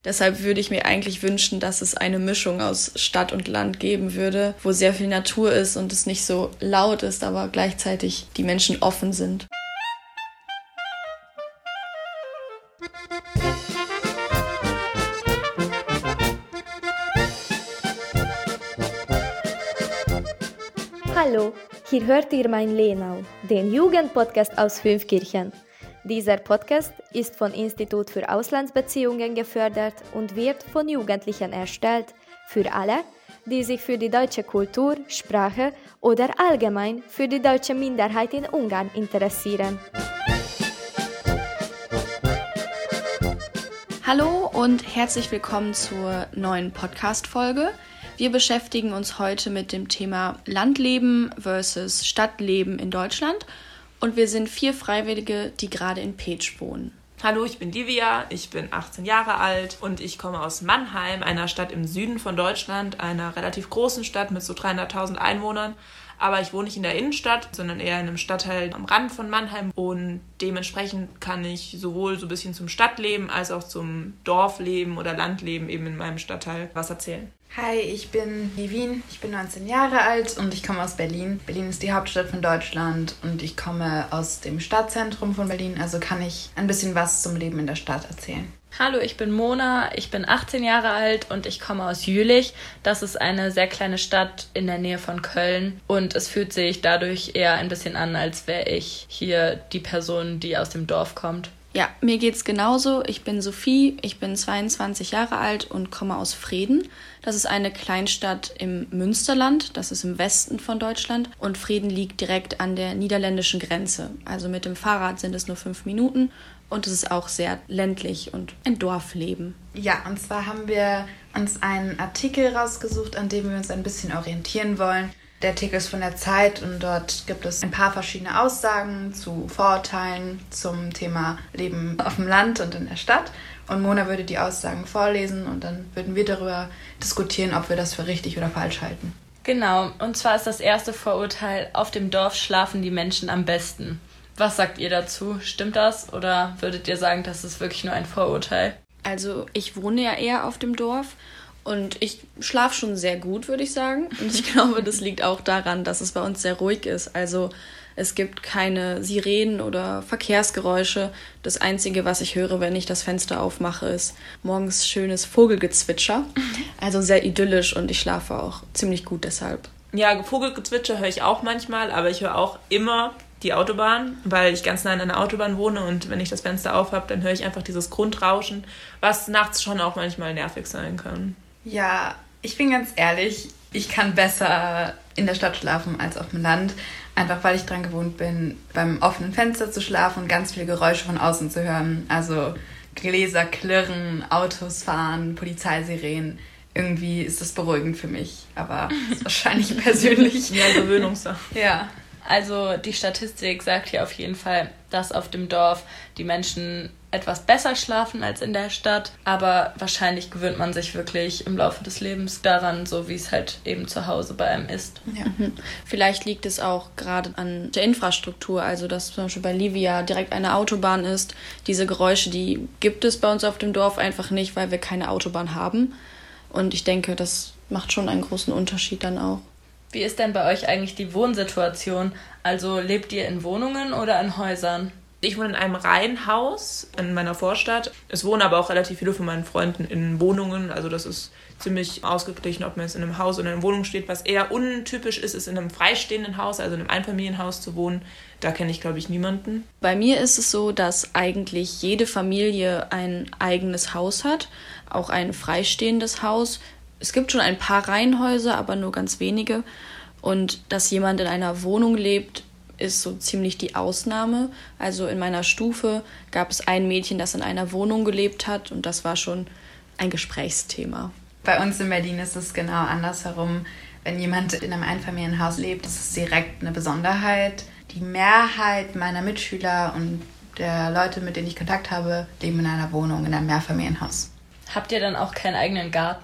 Deshalb würde ich mir eigentlich wünschen, dass es eine Mischung aus Stadt und Land geben würde, wo sehr viel Natur ist und es nicht so laut ist, aber gleichzeitig die Menschen offen sind. Hallo, hier hört ihr mein Lenau, den Jugendpodcast aus Fünfkirchen. Dieser Podcast ist vom Institut für Auslandsbeziehungen gefördert und wird von Jugendlichen erstellt, für alle, die sich für die deutsche Kultur, Sprache oder allgemein für die deutsche Minderheit in Ungarn interessieren. Hallo und herzlich willkommen zur neuen Podcast-Folge. Wir beschäftigen uns heute mit dem Thema Landleben versus Stadtleben in Deutschland. Und wir sind 4 Freiwillige, die gerade in Peetsch wohnen. Hallo, ich bin Livia, ich bin 18 Jahre alt und ich komme aus Mannheim, einer Stadt im Süden von Deutschland, einer relativ großen Stadt mit so 300.000 Einwohnern. Aber ich wohne nicht in der Innenstadt, sondern eher in einem Stadtteil am Rand von Mannheim. Und dementsprechend kann ich sowohl so ein bisschen zum Stadtleben als auch zum Dorfleben oder Landleben eben in meinem Stadtteil was erzählen. Hi, ich bin Livin, ich bin 19 Jahre alt und ich komme aus Berlin. Berlin ist die Hauptstadt von Deutschland und ich komme aus dem Stadtzentrum von Berlin, also kann ich ein bisschen was zum Leben in der Stadt erzählen. Hallo, ich bin Mona, ich bin 18 Jahre alt und ich komme aus Jülich. Das ist eine sehr kleine Stadt in der Nähe von Köln und es fühlt sich dadurch eher ein bisschen an, als wäre ich hier die Person, die aus dem Dorf kommt. Ja, mir geht's genauso. Ich bin Sophie, ich bin 22 Jahre alt und komme aus Vreden. Das ist eine Kleinstadt im Münsterland, das ist im Westen von Deutschland. Und Vreden liegt direkt an der niederländischen Grenze. Also mit dem Fahrrad sind es nur 5 Minuten und es ist auch sehr ländlich und ein Dorfleben. Ja, und zwar haben wir uns einen Artikel rausgesucht, an dem wir uns ein bisschen orientieren wollen. Der Artikel ist von der Zeit und dort gibt es ein paar verschiedene Aussagen zu Vorurteilen zum Thema Leben auf dem Land und in der Stadt. Und Mona würde die Aussagen vorlesen und dann würden wir darüber diskutieren, ob wir das für richtig oder falsch halten. Genau, und zwar ist das erste Vorurteil, auf dem Dorf schlafen die Menschen am besten. Was sagt ihr dazu? Stimmt das oder würdet ihr sagen, das ist wirklich nur ein Vorurteil? Also ich wohne ja eher auf dem Dorf. Und ich schlafe schon sehr gut, würde ich sagen. Und ich glaube, das liegt auch daran, dass es bei uns sehr ruhig ist. Also es gibt keine Sirenen oder Verkehrsgeräusche. Das Einzige, was ich höre, wenn ich das Fenster aufmache, ist morgens schönes Vogelgezwitscher. Also sehr idyllisch und ich schlafe auch ziemlich gut deshalb. Ja, Vogelgezwitscher höre ich auch manchmal, aber ich höre auch immer die Autobahn, weil ich ganz nah an einer Autobahn wohne und wenn ich das Fenster auf habe, dann höre ich einfach dieses Grundrauschen, was nachts schon auch manchmal nervig sein kann. Ja, ich bin ganz ehrlich, ich kann besser in der Stadt schlafen als auf dem Land. Einfach weil ich dran gewohnt bin, beim offenen Fenster zu schlafen und ganz viele Geräusche von außen zu hören. Also Gläser klirren, Autos fahren, Polizeisirenen. Irgendwie ist das beruhigend für mich, aber ist wahrscheinlich persönlich. Ja, Gewöhnungssache. Ja. Also die Statistik sagt hier auf jeden Fall, dass auf dem Dorf die Menschen etwas besser schlafen als in der Stadt. Aber wahrscheinlich gewöhnt man sich wirklich im Laufe des Lebens daran, so wie es halt eben zu Hause bei einem ist. Ja. Vielleicht liegt es auch gerade an der Infrastruktur, also dass zum Beispiel bei Livia direkt eine Autobahn ist. Diese Geräusche, die gibt es bei uns auf dem Dorf einfach nicht, weil wir keine Autobahn haben. Und ich denke, das macht schon einen großen Unterschied dann auch. Wie ist denn bei euch eigentlich die Wohnsituation? Also lebt ihr in Wohnungen oder in Häusern? Ich wohne in einem Reihenhaus in meiner Vorstadt. Es wohnen aber auch relativ viele von meinen Freunden in Wohnungen. Also das ist ziemlich ausgeglichen, ob man jetzt in einem Haus oder in einer Wohnung steht. Was eher untypisch ist, ist in einem freistehenden Haus, also in einem Einfamilienhaus zu wohnen. Da kenne ich, glaube ich, niemanden. Bei mir ist es so, dass eigentlich jede Familie ein eigenes Haus hat, auch ein freistehendes Haus. Es gibt schon ein paar Reihenhäuser, aber nur ganz wenige. Und dass jemand in einer Wohnung lebt, ist so ziemlich die Ausnahme. Also in meiner Stufe gab es ein Mädchen, das in einer Wohnung gelebt hat und das war schon ein Gesprächsthema. Bei uns in Berlin ist es genau andersherum. Wenn jemand in einem Einfamilienhaus lebt, ist es direkt eine Besonderheit. Die Mehrheit meiner Mitschüler und der Leute, mit denen ich Kontakt habe, leben in einer Wohnung, in einem Mehrfamilienhaus. Habt ihr dann auch keinen eigenen Garten?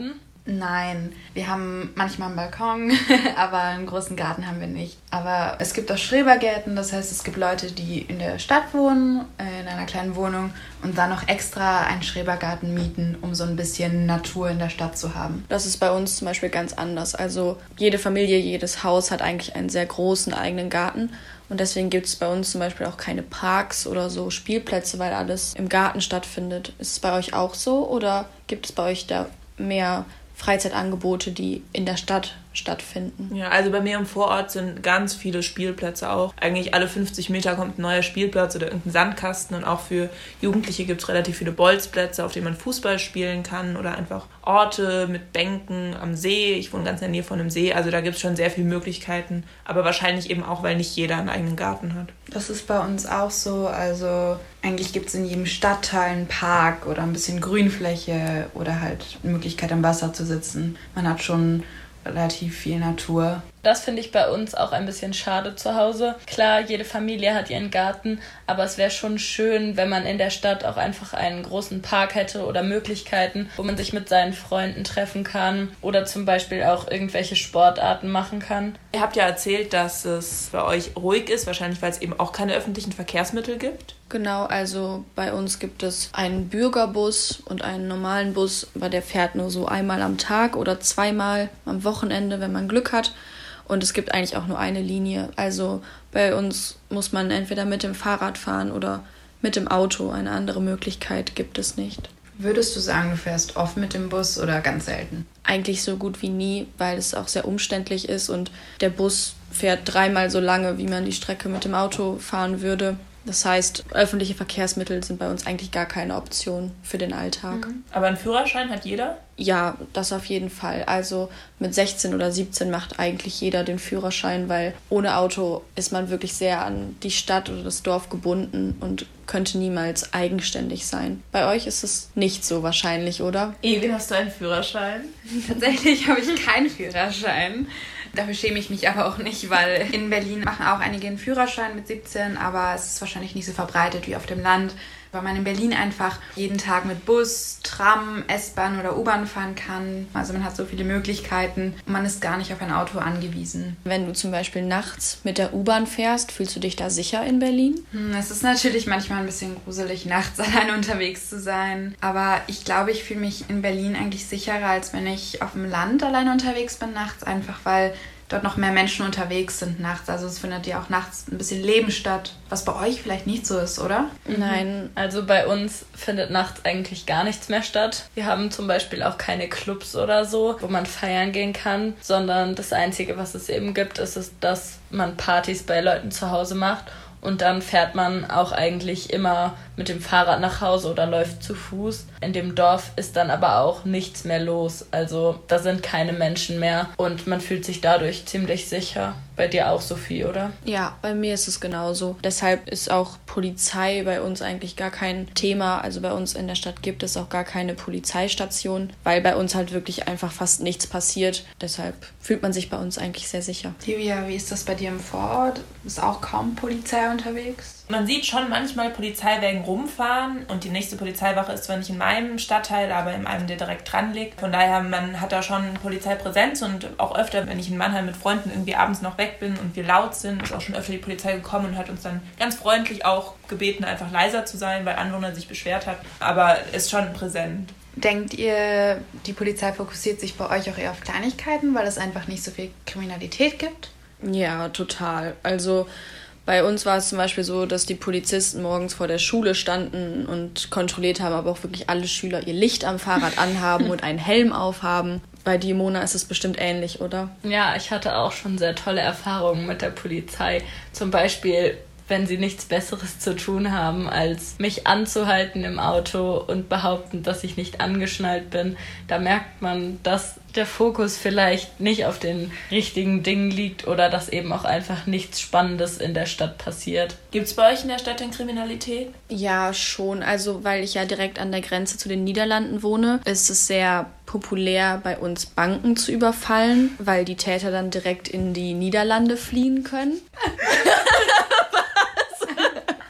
Nein, wir haben manchmal einen Balkon, aber einen großen Garten haben wir nicht. Aber es gibt auch Schrebergärten, das heißt, es gibt Leute, die in der Stadt wohnen, in einer kleinen Wohnung und dann noch extra einen Schrebergarten mieten, um so ein bisschen Natur in der Stadt zu haben. Das ist bei uns zum Beispiel ganz anders. Also jede Familie, jedes Haus hat eigentlich einen sehr großen eigenen Garten. Und deswegen gibt es bei uns zum Beispiel auch keine Parks oder so Spielplätze, weil alles im Garten stattfindet. Ist es bei euch auch so oder gibt es bei euch da mehr Freizeitangebote, die in der Stadt stattfinden? Ja, also bei mir im Vorort sind ganz viele Spielplätze auch. Eigentlich alle 50 Meter kommt ein neuer Spielplatz oder irgendein Sandkasten und auch für Jugendliche gibt es relativ viele Bolzplätze, auf denen man Fußball spielen kann oder einfach Orte mit Bänken am See. Ich wohne ganz in der Nähe von einem See, also da gibt es schon sehr viele Möglichkeiten, aber wahrscheinlich eben auch, weil nicht jeder einen eigenen Garten hat. Das ist bei uns auch so, also eigentlich gibt es in jedem Stadtteil einen Park oder ein bisschen Grünfläche oder halt eine Möglichkeit am Wasser zu sitzen. Man hat schon relativ viel Natur. Das finde ich bei uns auch ein bisschen schade zu Hause. Klar, jede Familie hat ihren Garten, aber es wäre schon schön, wenn man in der Stadt auch einfach einen großen Park hätte oder Möglichkeiten, wo man sich mit seinen Freunden treffen kann oder zum Beispiel auch irgendwelche Sportarten machen kann. Ihr habt ja erzählt, dass es bei euch ruhig ist, wahrscheinlich weil es eben auch keine öffentlichen Verkehrsmittel gibt. Genau, also bei uns gibt es einen Bürgerbus und einen normalen Bus, aber der fährt nur so einmal am Tag oder zweimal am Wochenende, wenn man Glück hat. Und es gibt eigentlich auch nur eine Linie. Also bei uns muss man entweder mit dem Fahrrad fahren oder mit dem Auto. Eine andere Möglichkeit gibt es nicht. Würdest du sagen, du fährst oft mit dem Bus oder ganz selten? Eigentlich so gut wie nie, weil es auch sehr umständlich ist und der Bus fährt 3-mal so lange, wie man die Strecke mit dem Auto fahren würde. Das heißt, öffentliche Verkehrsmittel sind bei uns eigentlich gar keine Option für den Alltag. Aber einen Führerschein hat jeder? Ja, das auf jeden Fall. Also mit 16 oder 17 macht eigentlich jeder den Führerschein, weil ohne Auto ist man wirklich sehr an die Stadt oder das Dorf gebunden und könnte niemals eigenständig sein. Bei euch ist es nicht so wahrscheinlich, oder? Evelyn, hast du einen Führerschein? Tatsächlich habe ich keinen Führerschein. Dafür schäme ich mich aber auch nicht, weil in Berlin machen auch einige einen Führerschein mit 17, aber es ist wahrscheinlich nicht so verbreitet wie auf dem Land, weil man in Berlin einfach jeden Tag mit Bus, Tram, S-Bahn oder U-Bahn fahren kann. Also man hat so viele Möglichkeiten und man ist gar nicht auf ein Auto angewiesen. Wenn du zum Beispiel nachts mit der U-Bahn fährst, fühlst du dich da sicher in Berlin? Es ist natürlich manchmal ein bisschen gruselig, nachts alleine unterwegs zu sein. Aber ich glaube, ich fühle mich in Berlin eigentlich sicherer, als wenn ich auf dem Land alleine unterwegs bin nachts, einfach weil dort noch mehr Menschen unterwegs sind nachts. Also es findet ja auch nachts ein bisschen Leben statt, was bei euch vielleicht nicht so ist, oder? Nein, also bei uns findet nachts eigentlich gar nichts mehr statt. Wir haben zum Beispiel auch keine Clubs oder so, wo man feiern gehen kann, sondern das Einzige, was es eben gibt, ist, dass man Partys bei Leuten zu Hause macht. Und dann fährt man auch eigentlich immer mit dem Fahrrad nach Hause oder läuft zu Fuß. In dem Dorf ist dann aber auch nichts mehr los. Also da sind keine Menschen mehr und man fühlt sich dadurch ziemlich sicher. Bei dir auch, Sophie, oder? Ja, bei mir ist es genauso. Deshalb ist auch Polizei bei uns eigentlich gar kein Thema. Also bei uns in der Stadt gibt es auch gar keine Polizeistation, weil bei uns halt wirklich einfach fast nichts passiert. Deshalb fühlt man sich bei uns eigentlich sehr sicher. Livia, wie ist das bei dir im Vorort? Ist auch kaum Polizei unterwegs? Man sieht schon manchmal Polizeiwägen rumfahren und die nächste Polizeiwache ist zwar nicht in meinem Stadtteil, aber in einem, der direkt dran liegt. Von daher, man hat da schon Polizeipräsenz und auch öfter, wenn ich in Mannheim mit Freunden irgendwie abends noch weg bin und wir laut sind, ist auch schon öfter die Polizei gekommen und hat uns dann ganz freundlich auch gebeten, einfach leiser zu sein, weil Anwohner sich beschwert hat. Aber ist schon präsent. Denkt ihr, die Polizei fokussiert sich bei euch auch eher auf Kleinigkeiten, weil es einfach nicht so viel Kriminalität gibt? Ja, total. Also bei uns war es zum Beispiel so, dass die Polizisten morgens vor der Schule standen und kontrolliert haben, aber auch wirklich alle Schüler ihr Licht am Fahrrad anhaben und einen Helm aufhaben. Bei dir, Mona, ist es bestimmt ähnlich, oder? Ja, ich hatte auch schon sehr tolle Erfahrungen mit der Polizei. Zum Beispiel, wenn sie nichts Besseres zu tun haben, als mich anzuhalten im Auto und behaupten, dass ich nicht angeschnallt bin. Da merkt man, dass der Fokus vielleicht nicht auf den richtigen Dingen liegt oder dass eben auch einfach nichts Spannendes in der Stadt passiert. Gibt es bei euch in der Stadt denn Kriminalität? Ja, schon. Also, weil ich ja direkt an der Grenze zu den Niederlanden wohne, ist es sehr populär, bei uns Banken zu überfallen, weil die Täter dann direkt in die Niederlande fliehen können.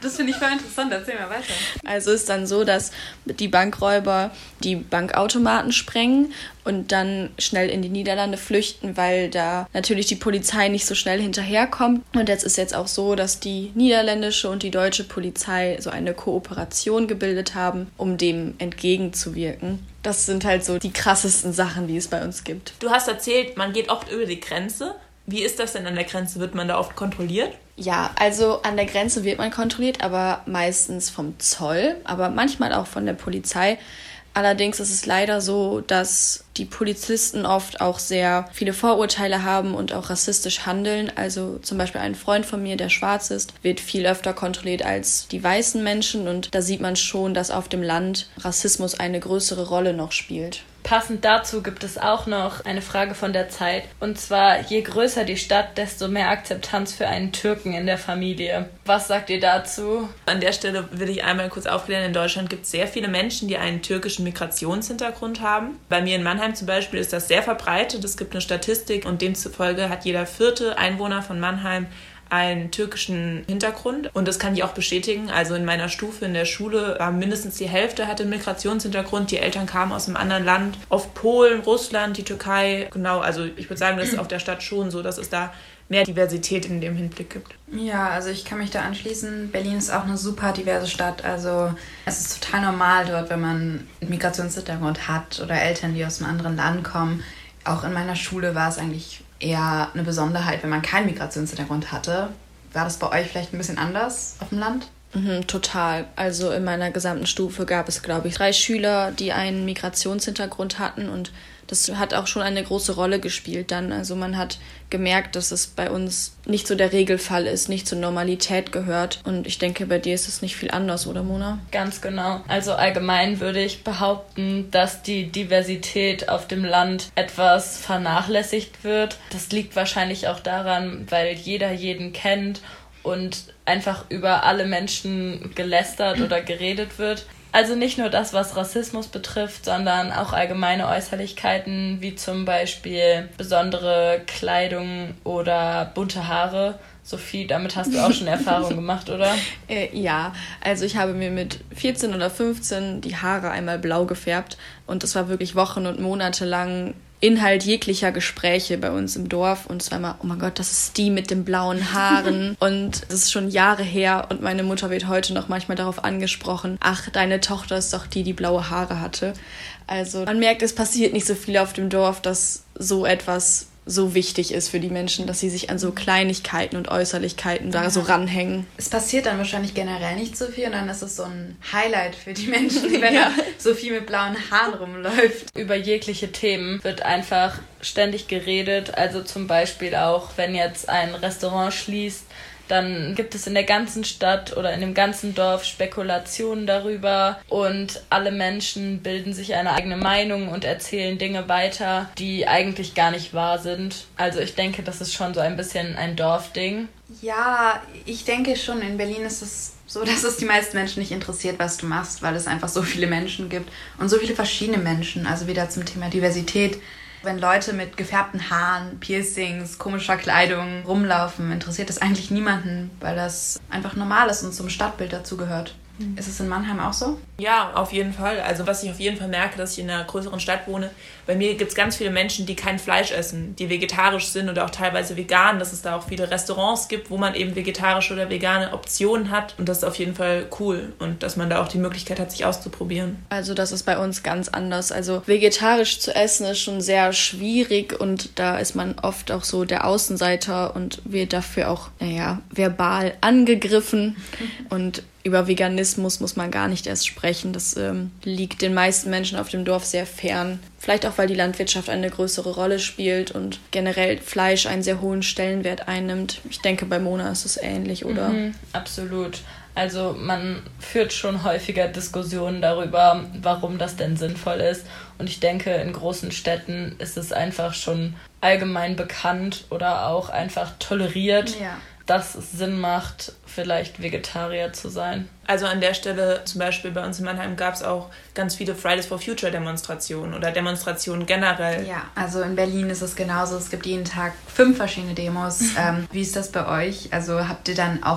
Das finde ich voll interessant, erzähl mal weiter. Also ist dann so, dass die Bankräuber die Bankautomaten sprengen und dann schnell in die Niederlande flüchten, weil da natürlich die Polizei nicht so schnell hinterherkommt. Und jetzt ist auch so, dass die niederländische und die deutsche Polizei so eine Kooperation gebildet haben, um dem entgegenzuwirken. Das sind halt so die krassesten Sachen, die es bei uns gibt. Du hast erzählt, man geht oft über die Grenze. Wie ist das denn an der Grenze? Wird man da oft kontrolliert? Ja, also an der Grenze wird man kontrolliert, aber meistens vom Zoll, aber manchmal auch von der Polizei. Allerdings ist es leider so, dass die Polizisten oft auch sehr viele Vorurteile haben und auch rassistisch handeln. Also zum Beispiel ein Freund von mir, der schwarz ist, wird viel öfter kontrolliert als die weißen Menschen. Und da sieht man schon, dass auf dem Land Rassismus eine größere Rolle noch spielt. Passend dazu gibt es auch noch eine Frage von der Zeit. Und zwar, je größer die Stadt, desto mehr Akzeptanz für einen Türken in der Familie. Was sagt ihr dazu? An der Stelle will ich einmal kurz aufklären, in Deutschland gibt es sehr viele Menschen, die einen türkischen Migrationshintergrund haben. Bei mir in Mannheim zum Beispiel ist das sehr verbreitet. Es gibt eine Statistik und demzufolge hat jeder 4. Einwohner von Mannheim einen türkischen Hintergrund. Und das kann ich auch bestätigen. Also in meiner Stufe in der Schule war mindestens die Hälfte hatte einen Migrationshintergrund. Die Eltern kamen aus einem anderen Land. Oft Polen, Russland, die Türkei. Genau, also ich würde sagen, das ist auf der Stadt schon so, dass es da mehr Diversität in dem Hinblick gibt. Ja, also ich kann mich da anschließen. Berlin ist auch eine super diverse Stadt. Also es ist total normal dort, wenn man einen Migrationshintergrund hat oder Eltern, die aus einem anderen Land kommen. Auch in meiner Schule war es eigentlich eher eine Besonderheit, wenn man keinen Migrationshintergrund hatte. War das bei euch vielleicht ein bisschen anders auf dem Land? Total. Also in meiner gesamten Stufe gab es, glaube ich, 3 Schüler, die einen Migrationshintergrund hatten und das hat auch schon eine große Rolle gespielt dann. Also man hat gemerkt, dass es bei uns nicht so der Regelfall ist, nicht zur Normalität gehört. Und ich denke, bei dir ist es nicht viel anders, oder Mona? Ganz genau. Also allgemein würde ich behaupten, dass die Diversität auf dem Land etwas vernachlässigt wird. Das liegt wahrscheinlich auch daran, weil jeder jeden kennt und einfach über alle Menschen gelästert oder geredet wird. Also nicht nur das, was Rassismus betrifft, sondern auch allgemeine Äußerlichkeiten, wie zum Beispiel besondere Kleidung oder bunte Haare. Sophie, damit hast du auch schon Erfahrung gemacht, oder? Ja, also ich habe mir mit 14 oder 15 die Haare einmal blau gefärbt und das war wirklich Wochen und Monate lang Inhalt jeglicher Gespräche bei uns im Dorf und es war immer, oh mein Gott, das ist die mit den blauen Haaren und das ist schon Jahre her und meine Mutter wird heute noch manchmal darauf angesprochen, ach, deine Tochter ist doch die, die blaue Haare hatte. Also man merkt, es passiert nicht so viel auf dem Dorf, dass so etwas so wichtig ist für die Menschen, dass sie sich an so Kleinigkeiten und Äußerlichkeiten da so ranhängen. Es passiert dann wahrscheinlich generell nicht so viel und dann ist es so ein Highlight für die Menschen, die wenn da so viel mit blauen Haaren rumläuft. Über jegliche Themen wird einfach ständig geredet. Also zum Beispiel auch, wenn jetzt ein Restaurant schließt, dann gibt es in der ganzen Stadt oder in dem ganzen Dorf Spekulationen darüber und alle Menschen bilden sich eine eigene Meinung und erzählen Dinge weiter, die eigentlich gar nicht wahr sind. Also ich denke, das ist schon so ein bisschen ein Dorfding. Ja, ich denke schon, in Berlin ist es so, dass es die meisten Menschen nicht interessiert, was du machst, weil es einfach so viele Menschen gibt und so viele verschiedene Menschen. Also wieder zum Thema Diversität. Wenn Leute mit gefärbten Haaren, Piercings, komischer Kleidung rumlaufen, interessiert das eigentlich niemanden, weil das einfach normal ist und zum Stadtbild dazugehört. Ist es in Mannheim auch so? Ja, auf jeden Fall. Also was ich auf jeden Fall merke, dass ich in einer größeren Stadt wohne, bei mir gibt es ganz viele Menschen, die kein Fleisch essen, die vegetarisch sind oder auch teilweise vegan, dass es da auch viele Restaurants gibt, wo man eben vegetarische oder vegane Optionen hat und das ist auf jeden Fall cool und dass man da auch die Möglichkeit hat, sich auszuprobieren. Also das ist bei uns ganz anders. Also vegetarisch zu essen ist schon sehr schwierig und da ist man oft auch so der Außenseiter und wird dafür auch, verbal angegriffen und über Veganismus muss man gar nicht erst sprechen. Das liegt den meisten Menschen auf dem Dorf sehr fern. Vielleicht auch, weil die Landwirtschaft eine größere Rolle spielt und generell Fleisch einen sehr hohen Stellenwert einnimmt. Ich denke, bei Mona ist es ähnlich, oder? Absolut. Also man führt schon häufiger Diskussionen darüber, warum das denn sinnvoll ist. Und ich denke, in großen Städten ist es einfach schon allgemein bekannt oder auch einfach toleriert, dass es Sinn macht, vielleicht Vegetarier zu sein. Also an der Stelle, zum Beispiel bei uns in Mannheim, gab es auch ganz viele Fridays for Future Demonstrationen oder Demonstrationen generell. Ja, also in Berlin ist es genauso. Es gibt jeden Tag 5 verschiedene Demos. Wie ist das bei euch? Also habt ihr dann auch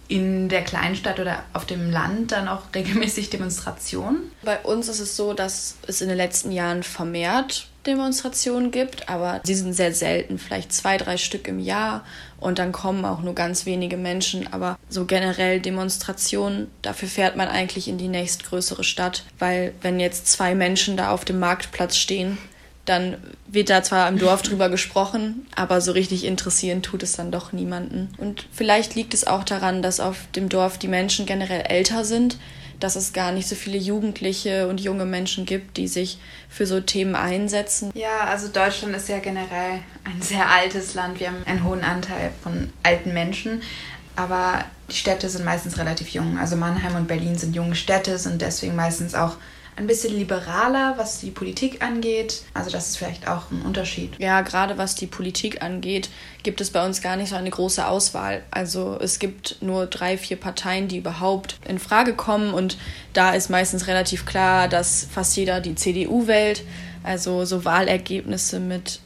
in der Kleinstadt oder auf dem Land dann auch regelmäßig Demonstrationen? Bei uns ist es so, dass es in den letzten Jahren vermehrt Demonstrationen gibt, aber sie sind sehr selten, vielleicht 2-3 Stück im Jahr und dann kommen auch nur ganz wenige Menschen, aber so generell Demonstrationen, dafür fährt man eigentlich in die nächstgrößere Stadt, weil wenn jetzt 2 Menschen da auf dem Marktplatz stehen, dann wird da zwar im Dorf drüber gesprochen, aber so richtig interessieren tut es dann doch niemanden. Und vielleicht liegt es auch daran, dass auf dem Dorf die Menschen generell älter sind, dass es gar nicht so viele Jugendliche und junge Menschen gibt, die sich für so Themen einsetzen. Ja, also Deutschland ist ja generell ein sehr altes Land. Wir haben einen hohen Anteil von alten Menschen, aber die Städte sind meistens relativ jung. Also Mannheim und Berlin sind junge Städte, sind deswegen meistens auch ein bisschen liberaler, was die Politik angeht. Also das ist vielleicht auch ein Unterschied. Ja, gerade was die Politik angeht, gibt es bei uns gar nicht so eine große Auswahl. Also es gibt nur 3-4 Parteien, die überhaupt in Frage kommen. Und da ist meistens relativ klar, dass fast jeder die CDU wählt. Also so Wahlergebnisse mit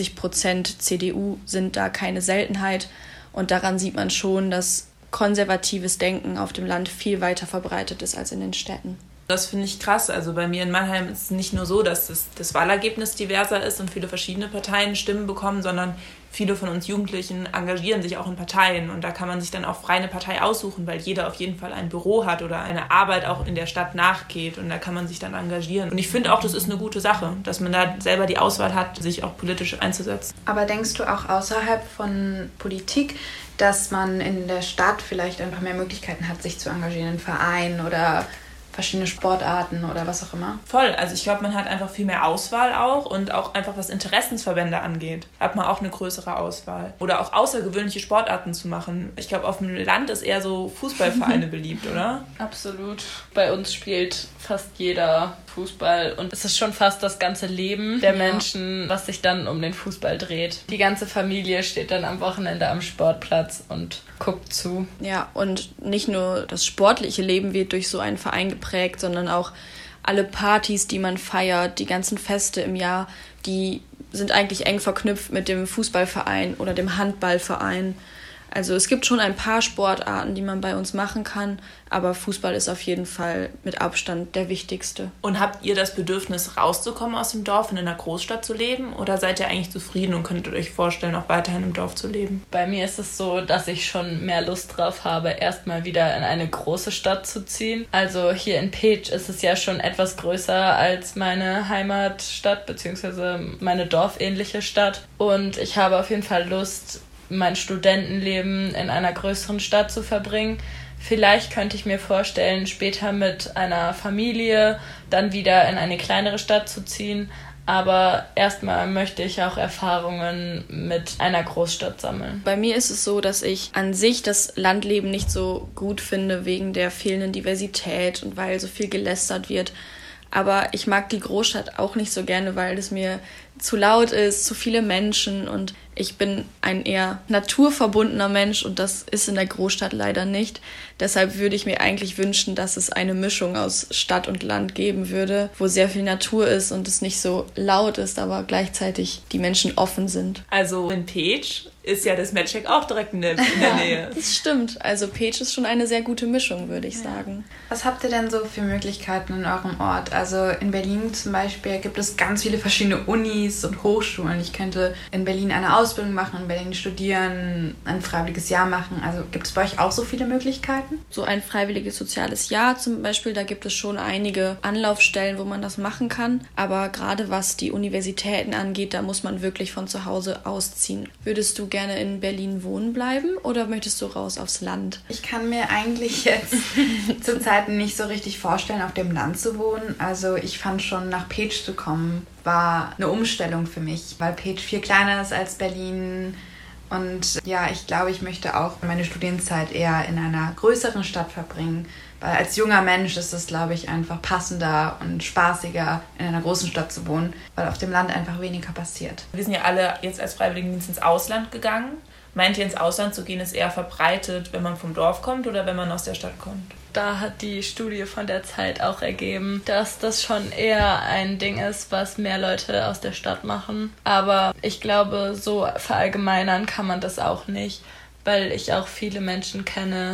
90% CDU sind da keine Seltenheit. Und daran sieht man schon, dass konservatives Denken auf dem Land viel weiter verbreitet ist als in den Städten. Das finde ich krass. Also bei mir in Mannheim ist es nicht nur so, dass das Wahlergebnis diverser ist und viele verschiedene Parteien Stimmen bekommen, sondern viele von uns Jugendlichen engagieren sich auch in Parteien. Und da kann man sich dann auch frei eine Partei aussuchen, weil jeder auf jeden Fall ein Büro hat oder eine Arbeit auch in der Stadt nachgeht. Und da kann man sich dann engagieren. Und ich finde auch, das ist eine gute Sache, dass man da selber die Auswahl hat, sich auch politisch einzusetzen. Aber denkst du auch außerhalb von Politik, dass man in der Stadt vielleicht ein paar mehr Möglichkeiten hat, sich zu engagieren, in Vereinen oder verschiedene Sportarten oder was auch immer? Voll, also ich glaube, man hat einfach viel mehr Auswahl auch und auch einfach was Interessensverbände angeht, hat man auch eine größere Auswahl. Oder auch außergewöhnliche Sportarten zu machen. Ich glaube, auf dem Land ist eher so Fußballvereine beliebt, oder? Absolut. Bei uns spielt fast jeder Fußball und es ist schon fast das ganze Leben der Menschen, was sich dann um den Fußball dreht. Die ganze Familie steht dann am Wochenende am Sportplatz und guckt zu. Ja, und nicht nur das sportliche Leben wird durch so einen Verein geprägt, sondern auch alle Partys, die man feiert, die ganzen Feste im Jahr, die sind eigentlich eng verknüpft mit dem Fußballverein oder dem Handballverein. Also es gibt schon ein paar Sportarten, die man bei uns machen kann, aber Fußball ist auf jeden Fall mit Abstand der wichtigste. Und habt ihr das Bedürfnis, rauszukommen aus dem Dorf und in einer Großstadt zu leben? Oder seid ihr eigentlich zufrieden und könntet euch vorstellen, auch weiterhin im Dorf zu leben? Bei mir ist es so, dass ich schon mehr Lust drauf habe, erstmal wieder in eine große Stadt zu ziehen. Also hier in Pécs ist es ja schon etwas größer als meine Heimatstadt, beziehungsweise meine dorfähnliche Stadt. Und ich habe auf jeden Fall Lust, mein Studentenleben in einer größeren Stadt zu verbringen. Vielleicht könnte ich mir vorstellen, später mit einer Familie dann wieder in eine kleinere Stadt zu ziehen. Aber erstmal möchte ich auch Erfahrungen mit einer Großstadt sammeln. Bei mir ist es so, dass ich an sich das Landleben nicht so gut finde wegen der fehlenden Diversität und weil so viel gelästert wird. Aber ich mag die Großstadt auch nicht so gerne, weil es mir zu laut ist, zu viele Menschen und ich bin ein eher naturverbundener Mensch und das ist in der Großstadt leider nicht. Deshalb würde ich mir eigentlich wünschen, dass es eine Mischung aus Stadt und Land geben würde, wo sehr viel Natur ist und es nicht so laut ist, aber gleichzeitig die Menschen offen sind. Also in Pécs ist ja das Matchcheck auch direkt in der Nähe. Das stimmt. Also Pécs ist schon eine sehr gute Mischung, würde ich sagen. Was habt ihr denn so für Möglichkeiten in eurem Ort? Also in Berlin zum Beispiel gibt es ganz viele verschiedene Unis und Hochschulen. Ich könnte in Berlin eine Ausbildung machen, in Berlin studieren, ein freiwilliges Jahr machen. Also gibt es bei euch auch so viele Möglichkeiten? So ein freiwilliges soziales Jahr zum Beispiel, da gibt es schon einige Anlaufstellen, wo man das machen kann. Aber gerade was die Universitäten angeht, da muss man wirklich von zu Hause ausziehen. Würdest du gerne in Berlin wohnen bleiben oder möchtest du raus aufs Land? Ich kann mir eigentlich jetzt zurzeit nicht so richtig vorstellen, auf dem Land zu wohnen. Also ich fand schon, nach Pécs zu kommen, war eine Umstellung für mich, weil Pécs viel kleiner ist als Berlin. Und ja, ich glaube, ich möchte auch meine Studienzeit eher in einer größeren Stadt verbringen. Weil als junger Mensch ist es, glaube ich, einfach passender und spaßiger, in einer großen Stadt zu wohnen, weil auf dem Land einfach weniger passiert. Wir sind ja alle jetzt als Freiwilligendienst ins Ausland gegangen. Meint ihr, ins Ausland zu gehen ist eher verbreitet, wenn man vom Dorf kommt oder wenn man aus der Stadt kommt? Da hat die Studie von der Zeit auch ergeben, dass das schon eher ein Ding ist, was mehr Leute aus der Stadt machen. Aber ich glaube, so verallgemeinern kann man das auch nicht, weil ich auch viele Menschen kenne,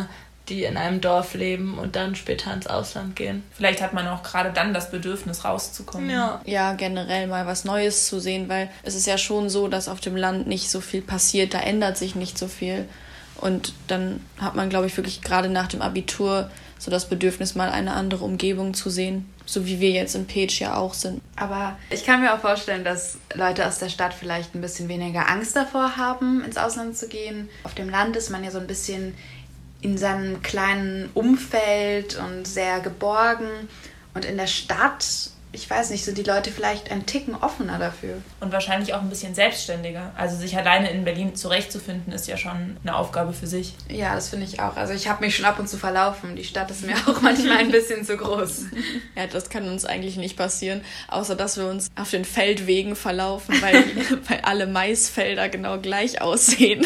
die in einem Dorf leben und dann später ins Ausland gehen. Vielleicht hat man auch gerade dann das Bedürfnis, rauszukommen. Ja, generell mal was Neues zu sehen, weil es ist ja schon so, dass auf dem Land nicht so viel passiert, da ändert sich nicht so viel. Und dann hat man, glaube ich, wirklich gerade nach dem Abitur so das Bedürfnis, mal eine andere Umgebung zu sehen. So wie wir jetzt in Pécs ja auch sind. Aber ich kann mir auch vorstellen, dass Leute aus der Stadt vielleicht ein bisschen weniger Angst davor haben, ins Ausland zu gehen. Auf dem Land ist man ja so ein bisschen in seinem kleinen Umfeld und sehr geborgen. Und in der Stadt, ich weiß nicht, sind die Leute vielleicht ein Ticken offener dafür. Und wahrscheinlich auch ein bisschen selbstständiger. Also sich alleine in Berlin zurechtzufinden, ist ja schon eine Aufgabe für sich. Ja, das finde ich auch. Also ich habe mich schon ab und zu verlaufen. Die Stadt ist mir auch manchmal ein bisschen zu groß. Ja, das kann uns eigentlich nicht passieren, außer dass wir uns auf den Feldwegen verlaufen, weil alle Maisfelder genau gleich aussehen.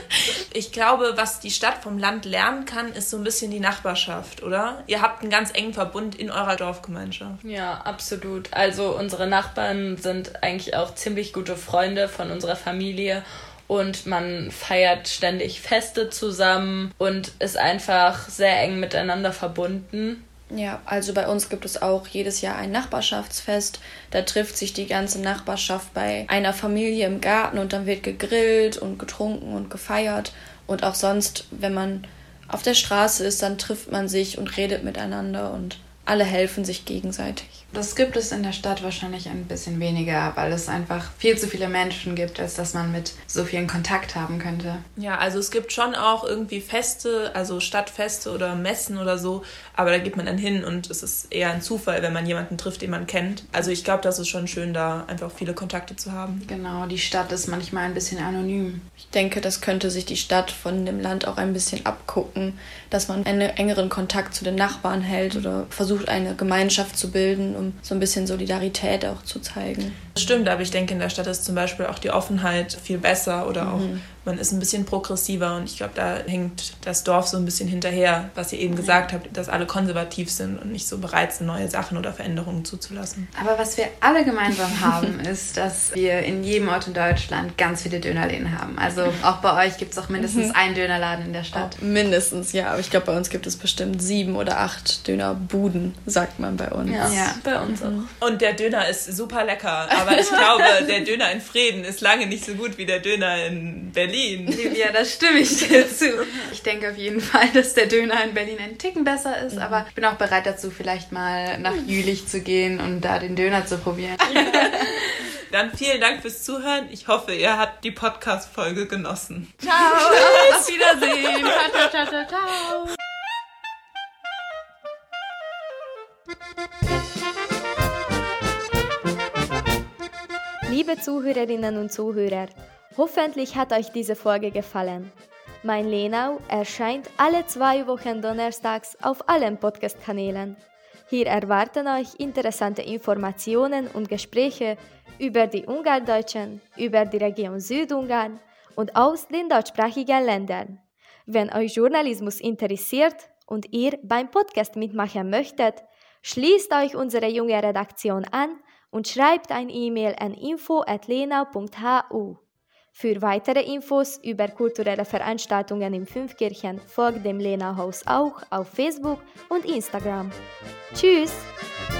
Ich glaube, was die Stadt vom Land lernen kann, ist so ein bisschen die Nachbarschaft, oder? Ihr habt einen ganz engen Verbund in eurer Dorfgemeinschaft. Ja, absolut. Also unsere Nachbarn sind eigentlich auch ziemlich gute Freunde von unserer Familie und man feiert ständig Feste zusammen und ist einfach sehr eng miteinander verbunden. Ja, also bei uns gibt es auch jedes Jahr ein Nachbarschaftsfest. Da trifft sich die ganze Nachbarschaft bei einer Familie im Garten und dann wird gegrillt und getrunken und gefeiert. Und auch sonst, wenn man auf der Straße ist, dann trifft man sich und redet miteinander und alle helfen sich gegenseitig. Das gibt es in der Stadt wahrscheinlich ein bisschen weniger, weil es einfach viel zu viele Menschen gibt, als dass man mit so vielen Kontakt haben könnte. Ja, also es gibt schon auch irgendwie Feste, also Stadtfeste oder Messen oder so, aber da geht man dann hin und es ist eher ein Zufall, wenn man jemanden trifft, den man kennt. Also ich glaube, das ist schon schön, da einfach viele Kontakte zu haben. Genau, die Stadt ist manchmal ein bisschen anonym. Ich denke, das könnte sich die Stadt von dem Land auch ein bisschen abgucken, dass man einen engeren Kontakt zu den Nachbarn hält oder versucht, eine Gemeinschaft zu bilden, um so ein bisschen Solidarität auch zu zeigen. Das stimmt, aber ich denke, in der Stadt ist zum Beispiel auch die Offenheit viel besser oder auch man ist ein bisschen progressiver und ich glaube, da hängt das Dorf so ein bisschen hinterher, was ihr eben gesagt habt, dass alle konservativ sind und nicht so bereit sind, neue Sachen oder Veränderungen zuzulassen. Aber was wir alle gemeinsam haben, ist, dass wir in jedem Ort in Deutschland ganz viele Dönerläden haben. Also auch bei euch gibt es auch mindestens einen Dönerladen in der Stadt. Oh, mindestens, ja. Aber ich glaube, bei uns gibt es bestimmt 7 oder 8 Dönerbuden, sagt man bei uns. Ja, bei uns auch. Und der Döner ist super lecker, aber ich glaube, der Döner in Frieden ist lange nicht so gut wie der Döner in Berlin. Ja, das stimme ich dir zu. Ich denke auf jeden Fall, dass der Döner in Berlin ein Ticken besser ist, aber ich bin auch bereit dazu, vielleicht mal nach Jülich zu gehen und da den Döner zu probieren. Dann vielen Dank fürs Zuhören. Ich hoffe, ihr habt die Podcast-Folge genossen. Ciao, auf Wiedersehen. Ciao, ciao, ciao, ciao. Liebe Zuhörerinnen und Zuhörer, hoffentlich hat euch diese Folge gefallen. Mein Lenau erscheint alle 2 Wochen donnerstags auf allen Podcast-Kanälen. Hier erwarten euch interessante Informationen und Gespräche über die Ungarndeutschen, über die Region Südungarn und aus den deutschsprachigen Ländern. Wenn euch Journalismus interessiert und ihr beim Podcast mitmachen möchtet, schließt euch unsere junge Redaktion an und schreibt ein E-Mail an info@lenau.hu. Für weitere Infos über kulturelle Veranstaltungen in Fünfkirchen folgt dem Lenau-Haus auch auf Facebook und Instagram. Tschüss!